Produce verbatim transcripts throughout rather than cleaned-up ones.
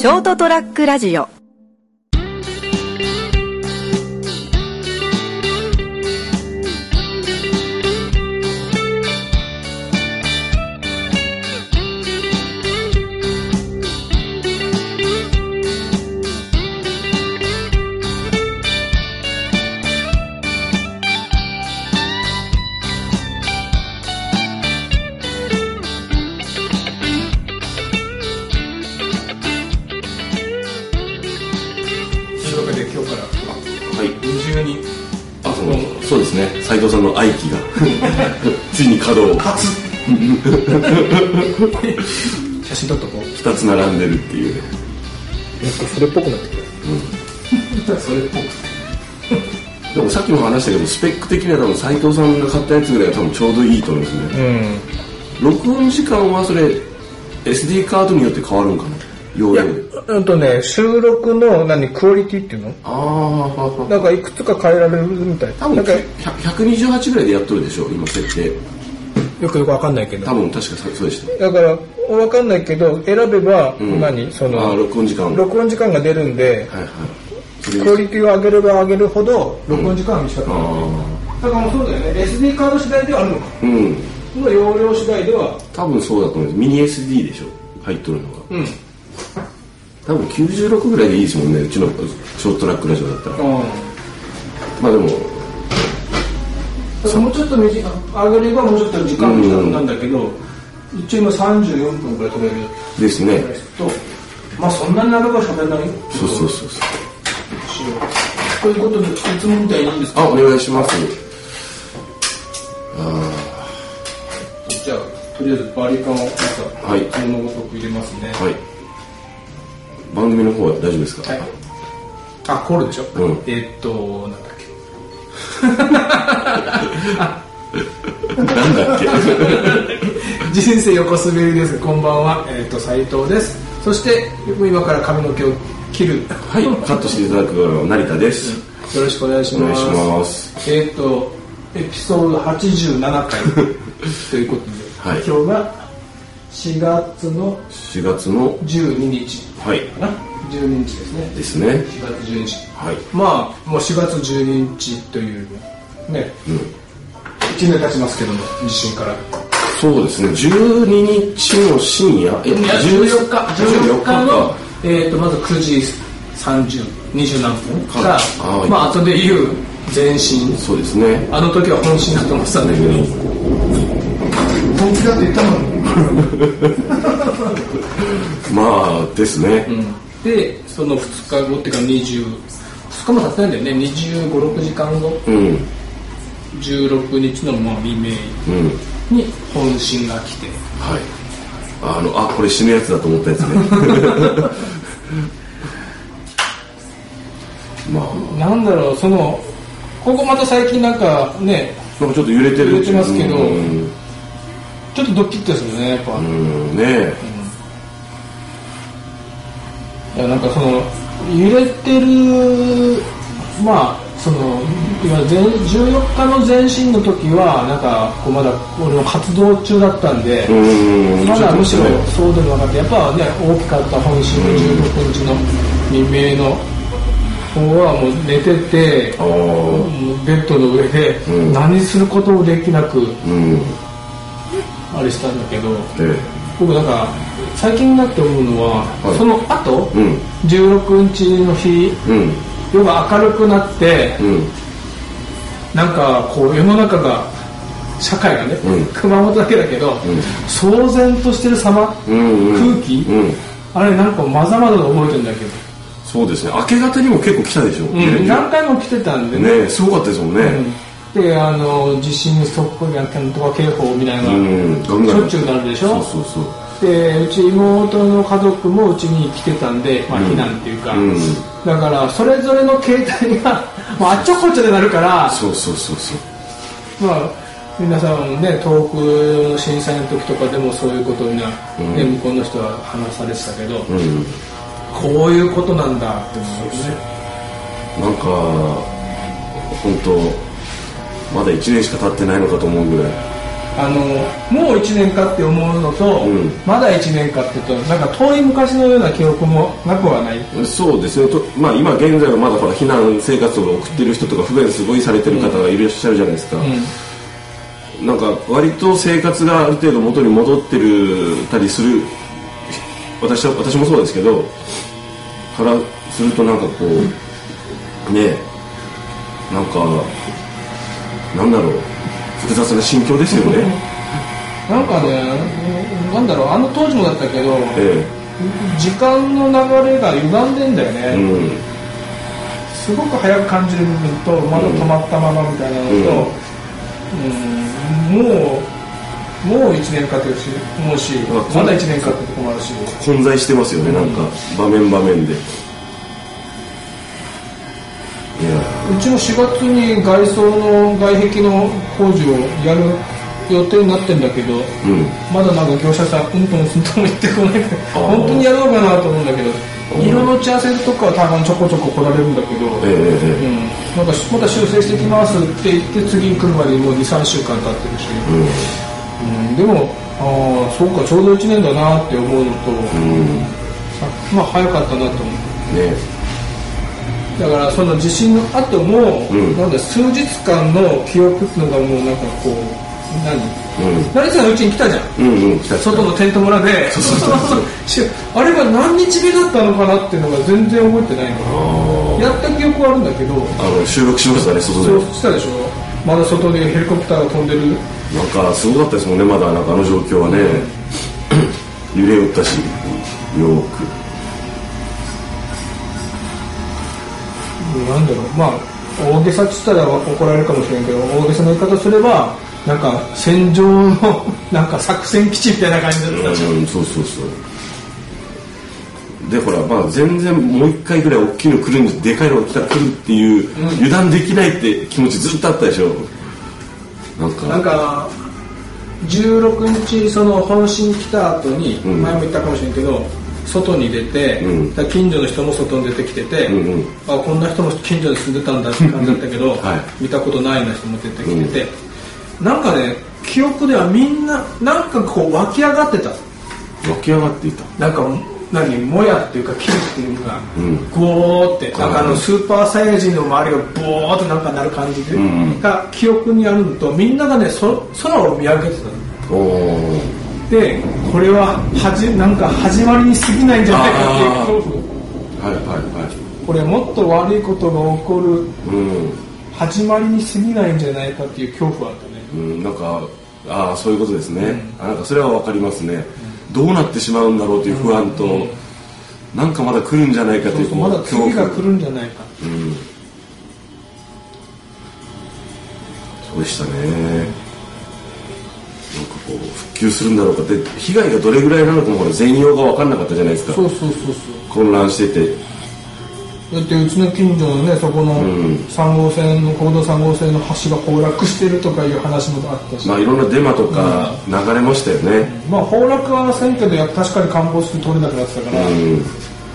ショートトラックラジオ。 そうですね、斉藤さんの愛機がついに稼働初写真撮っとこう。 ふたつ並んでるっていうね。 なんかそれっぽくなってくる、うん、それっぽくでもさっきも話したけど、スペック的には多分斉藤さんが買ったやつぐらいが多分ちょうどいいと思うんですね、うん、録音時間はそれ エスディー カードによって変わるんかな、容量で。 うんとね、収録の何クオリティっていうの、ああ、なんかいくつか変えられるみたい。 多分なんかひゃくにじゅうはちぐらいでやっとるでしょ今設定。 よくよくわかんないけど。多分確かそうでした。 だからわかんないけど選べば、うん、何そのあ録音時間録音時間が出るんで、はいはい、クオリティを上げれば上げるほど録音時間が短くなる、うん、だからもうそうだよね。 エスディー カード次第ではあるのか、うん、この容量次第では多分そうだと思います。ミニ エスディー でしょ入っとるのが、うん、多分きゅうじゅうろくぐらいでいいですもんね、うちのショートトラックラジオだったら、うん、まあでももうちょっと短く上げればもうちょっと時間短くなんだけど、うん、一応今さんじゅうよんぷんくらい取れるですね。 とまあそんなに長くは喋らないよ。 そうそうそうそう。 ということでいつもみたいなんですか。 あ、お願いします。 あじゃあとりあえずバリカンをまたはいそのごとく入れますね。はい。 番組の方は大丈夫ですか。はい、 あ、コールでしょ、うん、えー、っとなんだっけなんだっけ人生横滑りです。こんばんは、えー、っと斉藤です。そして今から髪の毛を切るはいカットしていただく成田です、 うん、よろしくお願いします。 お願いします。 えー、っとエピソードはちじゅうななかいということで、はい、今日がしがつのしがつのじゅうににちかな、はい、じゅうににちですね。 ですね。 しがつじゅうににち。はい。まあもうしがつじゅうににちというね、うん、いちねん経ちますけども、地震から。 そうですね。じゅうににちの深夜、 え、じゅうよっか、じゅうよっかのえっ、ー、とまずくじさんじゅう、にじゅうなんぷんから、あまあ後で言う前進。 そうですね。 あの時は本心だと思ってたんだけど。うん、本気だって言ったのに。 まあですね、うん、 でそのふつかごっていうかにじゅうふつかも経ってないんだよね。にじゅうご、ろくじかんご、うん、じゅうろくにちのまあ未明に本震が来て、 はい、あのあこれ死ぬやつだと思ったやつねまあなんだろう、そのここまた最近なんかねなんかちょっと揺れてる揺れてますけど、うん、ちょっとドキッとするねやっぱ、 うんね、 うん、いやなんかその揺れてるまあその今じゅうよっかの前進の時はなんかこうまだ俺も活動中だったんで、うんまだむしろそうでもなかった。やっぱね大きかった本震のじゅうろくにちの未明の方はもう寝てて、ベッドの上で何することもできなく、うん、あれしたんだけど、ええ、僕なんか最近になって思うのは、はい、その後、うん、じゅうろくにちの日、うん、夜が明るくなって、うん、なんかこう世の中が社会がね、うん、熊本だけだけど、うん、騒然としてる様、うんうん、空気、うん、あれなんかまざまざと覚えてるんだけど。 そうですね。明け方にも結構来たでしょ。うん、 何回も来てたんでね。 ねすごかったですもんね。 うん、で、あの地震速報やなんとか警報みたいなのがしょっちゅうなるでしょ。そうそうそう。で、うち妹の家族もうちに来てたんで、まあ避難っていうか、うんうん、だからそれぞれの携帯がもうあっちょこっちょでなるから。そうそうそうそう。まあ皆さんね、東北の震災の時とかでもそういうことには、ね、うん、向こうの人は話されてたけど。うんこういうことなんだって思うんですね。 なんか本当まだいちねんしか経ってないのかと思うぐらいあのもういちねんかって思うのと、うん、まだいちねんかって言うとなんか遠い昔のような記憶もなくはない。 そうですねと、まあ、今現在はまだほら避難生活を送ってる人とか不便すごいされてる方がいらっしゃるじゃないですか、うん、なんか割と生活がある程度元に戻ってるたりする 私, は私もそうですけどからするとなんかこうねなんかなんだろう複雑な心境ですよね。 なんかね、なんだろうあの当時もだったけど、ええ、時間の流れが歪んでんだよね、うん、すごく早く感じる部分とまだ止まったままみたいなのと、うんうん、もうもういちねんかってるし思うし、まだいちねんかってとこもあるし混在してますよね、なんか場面場面で。いやうちもしがつに外装の外壁の工事をやる予定になってるんだけど、うん、まだなんか業者さんうんともすんとも言ってこないから本当にやろうかなと思うんだけど、色の打ち合わせとかは多分ちょこちょこ来られるんだけど、えーうん、なんかまた修正してきますって言って次に来るまでにもう にさんしゅうかん経ってるし、うんうん、でもあそうかちょうどいちねんだなって思うのと、うん、まあ早かったなと思う、ね、だからその地震の後も、うん、なんだ数日間の記憶っていうのがもうなんかこう何、うん、成瀬さんのうちに来たじゃん、うんうん、来た外のテント村でそうそうそうあれが何日目だったのかなっていうのが全然覚えてないの。やった記憶はあるんだけどあの収録しましたね外で。 そうしたでしょ。まだ外でヘリコプターが飛んでる。 なんかすごかったですもんねまだなんかあの状況はね、うん、揺れ打ったしよーくなんだろうまあ大げさって言ったら怒られるかもしれないけど大げさな言い方すればなんか戦場のなんか作戦基地みたいな感じだったじゃん。うんそうそうそうでほらまあ全然もう一回ぐらい大きいの来るんででかいのが来たら来るっていう、うん、油断できないって気持ちずっとあったでしょ。なんかなんかじゅうろくにちその本震来た後に、うん、前も言ったかもしれんけど外に出て、うん、近所の人も外に出てきてて、うんうん、あこんな人も近所に住んでたんだって感じだったけど、はい、見たことないな人も出てきてて、うん、なんかね記憶ではみんななんかこう湧き上がってた。 湧き上がっていた。 なんか何もやっていうかキルっていうか、うん、ゴーってなんかあのスーパーサイヤ人の周りがボーっとなんかなる感じで、うんうん、が記憶にあるのとみんながねそ空を見上げてたの。おでこれははじなんか始まりに過ぎないんじゃないかっていう恐怖、はいはいはい、これもっと悪いことが起こる、うん、始まりに過ぎないんじゃないかっていう恐怖はあったね、 うん、なんかあそういうことですね、うん、あなんかそれは分かりますね、うん、どうなってしまうんだろうという不安と、うん、なんかまだ来るんじゃないかという、 そうそうまだ次が来るんじゃないか、うん、 そうでしたね。なんかこう復旧するんだろうかって被害がどれぐらいなのかもほら全容が分かんなかったじゃないですか。 そうそうそうそう混乱しててだってうちの近所のねそこのさん号線の国道さん号線の橋が崩落してるとかいう話もあったし、 まあいろんなデマとか流れましたよね、 うん、まあ崩落はせんけど確かに陥没して通れなくなってたから、うん、そう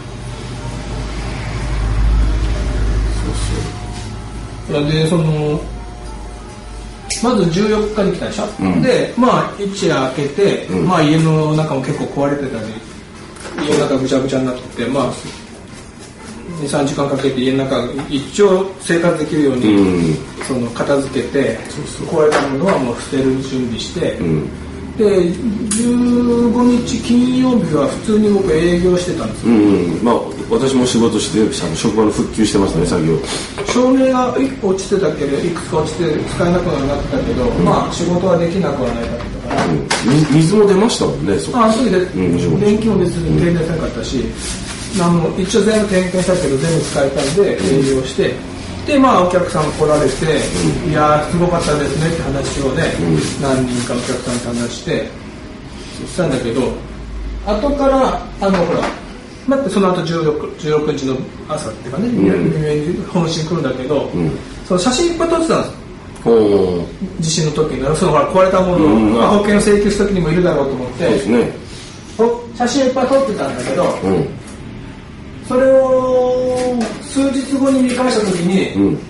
そうでそのまずじゅうよっかに来たでしょ、うん、でまあ一夜明けて、うん、まあ家の中も結構壊れてたり家の中ぐちゃぐちゃになっててまあにさんじかんかけて家の中一応生活できるように、うん、その片付けてそうそう壊れたものはもう捨てる準備して、うん、でじゅうごにち金曜日は普通に僕営業してたんですよ、うんうん、まあ私も仕事して職場の復旧してましたね作業照明がいっこ落ちてたけどいくつか落ちて使えなくはなったけど、うん、まあ仕事はできなくはないかったから、うん、 水も出ましたもんねそああそうで、うん、電気も別に停電せなかったし、なんも一応全部点検したけど全部使えたんで営業して、うん、でまあお客さん来られて、うん、いやすごかったですねって話をね、うん、何人かお客さんと話してしたんだけど後からあのほら待ってその後じゅうろくにちの朝っていうかね、うん、本震来るんだけど、うん、その写真いっぱい撮ってたんですよ地震の時にそのほら壊れたものを、うんまあ、保険を請求する時にもいるだろうと思って、そうですね、写真いっぱい撮ってたんだけど、うんそれを数日後に見返した時に、うん、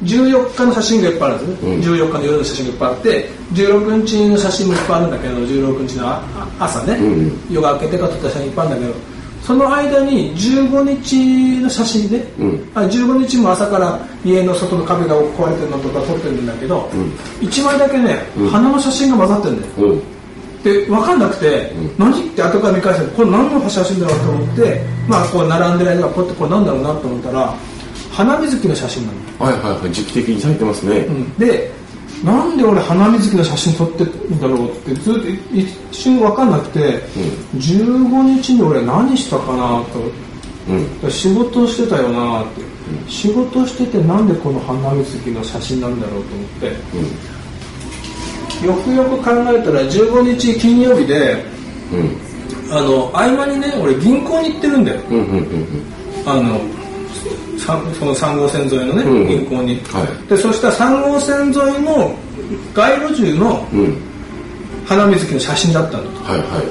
じゅうよっかの写真がいっぱいあるんですね、うん、じゅうよっかの夜の写真がいっぱいあってじゅうろくにちの写真もいっぱいあるんだけどじゅうろくにちの朝ね、うん、夜が明けてから撮った写真いっぱいあるんだけどその間にじゅうごにちの写真で、うん、あじゅうごにちも朝から家の外の壁が壊れてるのとか撮ってるんだけど、うん、いちまいだけね、うん、花の写真が混ざってるんだよ、うん、で分かんなくて、うん、何って後から見返してこれ何の写真だろうと思ってまあこう並んでる間はこうやってこれ何だろうなと思ったら花水木の写真なの。はいはいはい、時期的に咲いてますね、うん、でなんで俺花水木の写真撮ってるんだろうってずっと一瞬分かんなくて、うん、じゅうごにちに俺何したかなと、うん、仕事してたよなって、うん、仕事しててなんでこの花水木の写真なんだろうと思って、うん、よくよく考えたらじゅうごにち金曜日で、うん、あの合間にね俺銀行に行ってるんだよ、うんうんうんうん、あのそのさん号線沿いのね、うんうん、銀行に、はい、でそしたらさん号線沿いの街路樹の花水木の写真だったんだと、はいはい、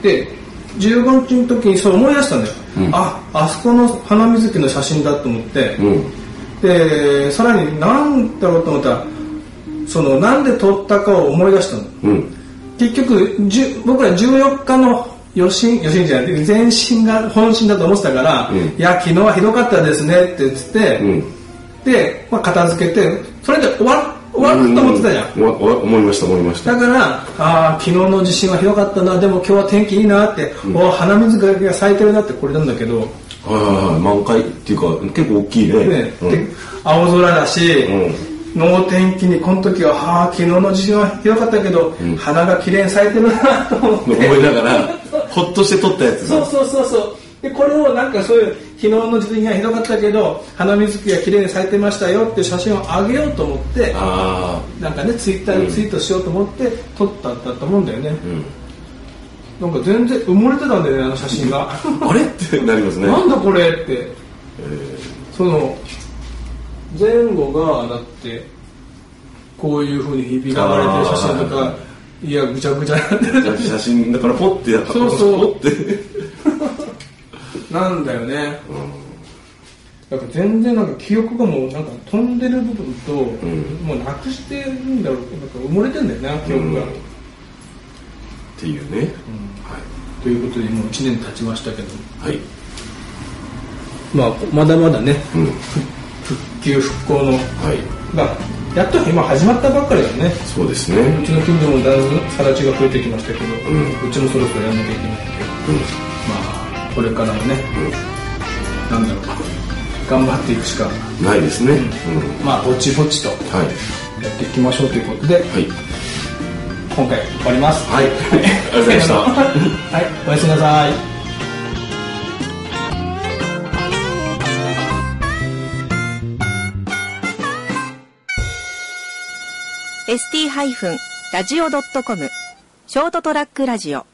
でじゅうごにちの時にそう思い出したんだよ、うん、ああそこの花水木の写真だと思って、うん、でさらに何だろうと思ったらそのなんで撮ったかを思い出したの、うん、結局僕らじゅうよっかの余震、余震じゃない前震が本震だと思ってたから、うん、いや昨日はひどかったですねって言って、うん、で、まあ、片付けてそれで終わ終わると思ってたじゃん、うんうん、 思いました思いましただからあ昨日の地震はひどかったなでも今日は天気いいなって、うん、お花水が咲いてるなってこれなんだけど、 はい、満開っていうか結構大きいね、ね、 うん、で青空だし、うん能天気にこの時ははあ昨日の地震はひどかったけど、うん、花が綺麗に咲いてるなと思って思いながらほっとして撮ったやつそうそうそうそうでこれをなんかそういう昨日の地震がひどかったけど花水木が綺麗に咲いてましたよっていう写真をあげようと思ってあなんかねツイッターにツイートしようと思って撮ったんだと思うんだよね、うん、なんか全然埋もれてたんだよねあの写真があれってなりますねなんだこれって、えー、その前後がだってこういう風にひびが割れてる写真とかいやぐちゃぐちゃな写真だからポッてやったそうそうポッてなんだよね、うん、なんか全然なんか記憶がもうなんか飛んでる部分と、うん、もうなくしてるんだろうけどなんか埋もれてんだよね記憶が、うん、 っていうね、うんはい、 ということでもういちねん経ちましたけど、 はいまあ、まだまだね、うん復旧復興の、はい、がやっと今始まったばっかりだよねそうですねうちの近所もだいぶ更地が増えてきましたけど、うん、うちもそろそろやんなきゃいけないけど、うん、まあこれからもね、うん、なんだろう頑張っていくしかないですね、うんうん、まあぼちぼちとやっていきましょうということで、はい、今回終わりますはいありがとうございましたはいおやすみなさいエスティー ラジオ ドットコム ショートトラックラジオ